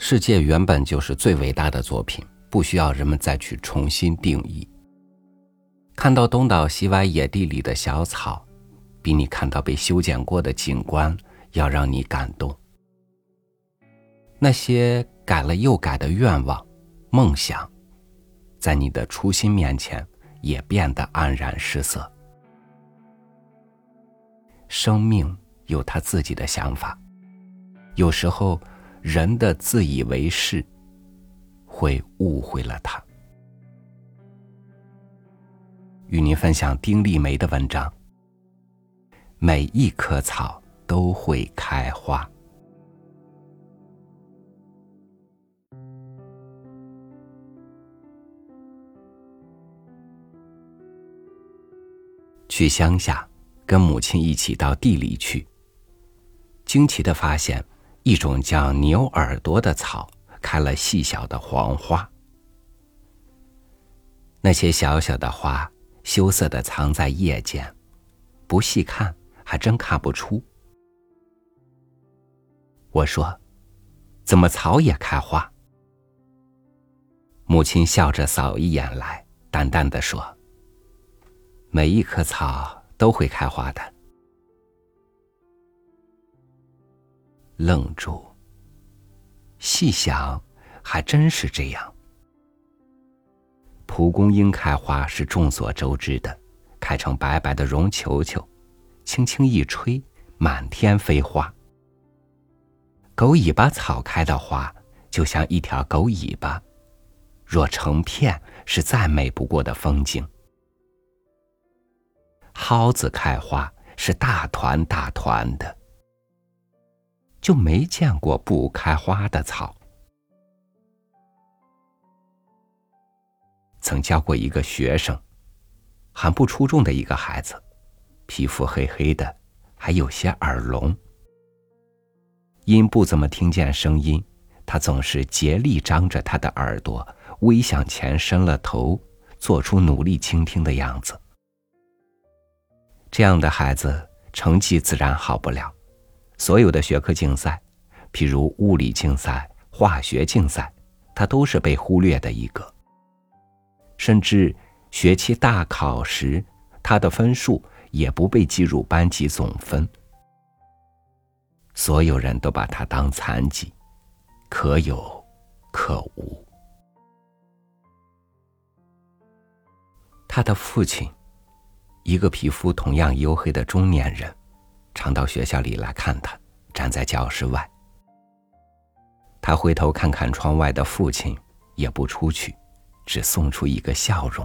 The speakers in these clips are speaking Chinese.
世界原本就是最伟大的作品，不需要人们再去重新定义。看到东倒西歪野地里的小草，比你看到被修剪过的景观要让你感动。那些改了又改的愿望、梦想，在你的初心面前也变得黯然失色。生命有他自己的想法，有时候人的自以为是会误会了他。与您分享丁立梅的文章，每一棵草都会开花。去乡下，跟母亲一起到地里去，惊奇地发现一种叫牛耳朵的草开了细小的黄花。那些小小的花羞涩地藏在叶间，不细看还真看不出。我说，怎么草也开花？母亲笑着扫一眼来，淡淡地说，每一棵草都会开花的。愣住，细想，还真是这样。蒲公英开花是众所周知的，开成白白的绒球球，轻轻一吹，满天飞花。狗尾巴草开的花就像一条狗尾巴，若成片是再美不过的风景。蒿子开花是大团大团的，就没见过不开花的草。曾教过一个学生，很不出众的一个孩子，皮肤黑黑的，还有些耳聋。因不怎么听见声音，他总是竭力张着他的耳朵，微向前伸了头，做出努力倾听的样子。这样的孩子成绩自然好不了，所有的学科竞赛，譬如物理竞赛、化学竞赛，他都是被忽略的一个。甚至学期大考时，他的分数也不被计入班级总分。所有人都把他当残疾，可有可无。他的父亲，一个皮肤同样黝黑的中年人，常到学校里来看他，站在教室外。他回头看看窗外的父亲，也不出去，只送出一个笑容。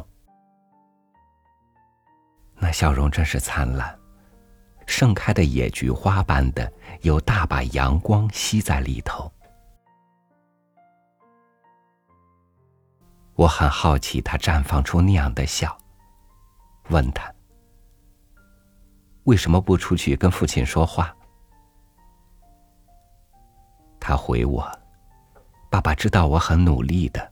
那笑容真是灿烂，盛开的野菊花般的，有大把阳光吸在里头。我很好奇他绽放出那样的笑，问他，为什么不出去跟父亲说话？他回我，爸爸知道我很努力的。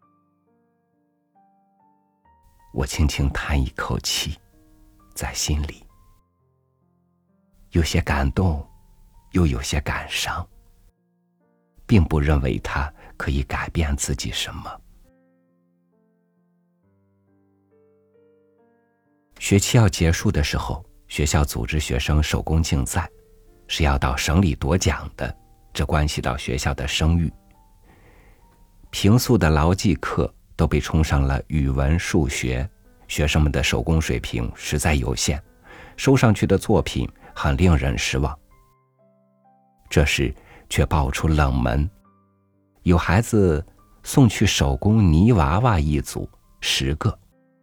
我轻轻叹一口气，在心里有些感动，又有些感伤，并不认为他可以改变自己什么。学期要结束的时候，学校组织学生手工竞赛，是要到省里夺奖的，这关系到学校的声誉。平素的牢记课都被冲上了语文、数学，学生们的手工水平实在有限，收上去的作品很令人失望。这时却爆出冷门，有孩子送去手工泥娃娃一组10个，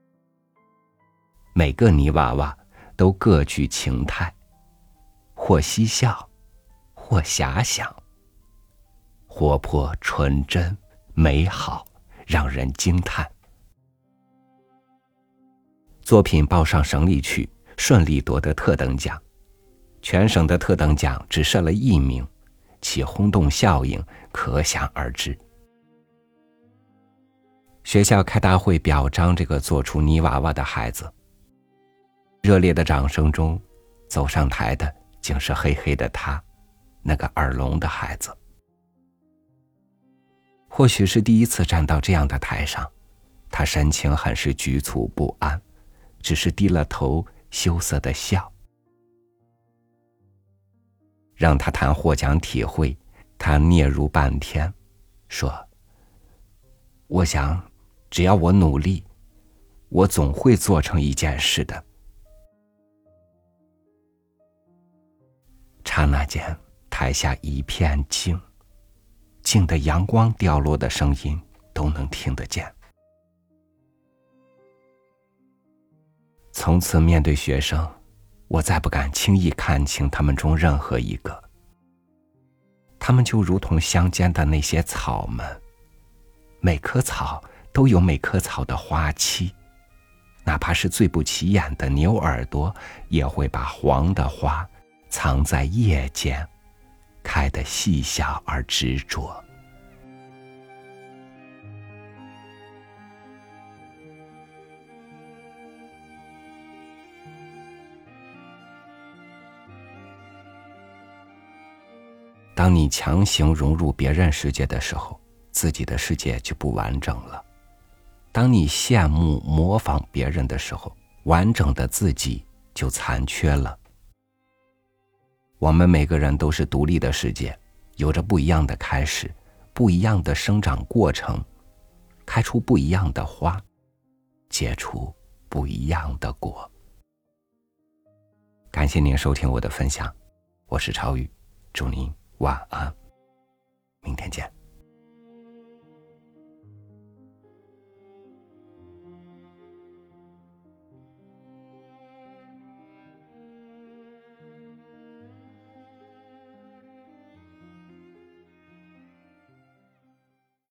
每个泥娃娃都各具情态，或嬉笑，或遐想，活泼纯真美好，让人惊叹。作品报上省里去，顺利夺得特等奖。全省的特等奖只设了1名，其轰动效应可想而知。学校开大会表彰这个做出泥娃娃的孩子，热烈的掌声中，走上台的竟是黑黑的他，那个耳聋的孩子。 或许是第一次站到这样的台上，他神情很是局促不安，只是低了头羞涩地笑。让他谈获奖体会，他嗫嚅半天，说：我想只要我努力，我总会做成一件事的。刹那间，台下一片静，静的阳光掉落的声音都能听得见。从此面对学生，我再不敢轻易看清他们中任何一个。他们就如同乡间的那些草们，每棵草都有每棵草的花期，哪怕是最不起眼的牛耳朵，也会把黄的花藏在叶间，开得细小而执着。当你强行融入别人世界的时候，自己的世界就不完整了。当你羡慕模仿别人的时候，完整的自己就残缺了。我们每个人都是独立的世界，有着不一样的开始，不一样的生长过程，开出不一样的花，结出不一样的果。感谢您收听我的分享，我是超宇，祝您晚安，明天见。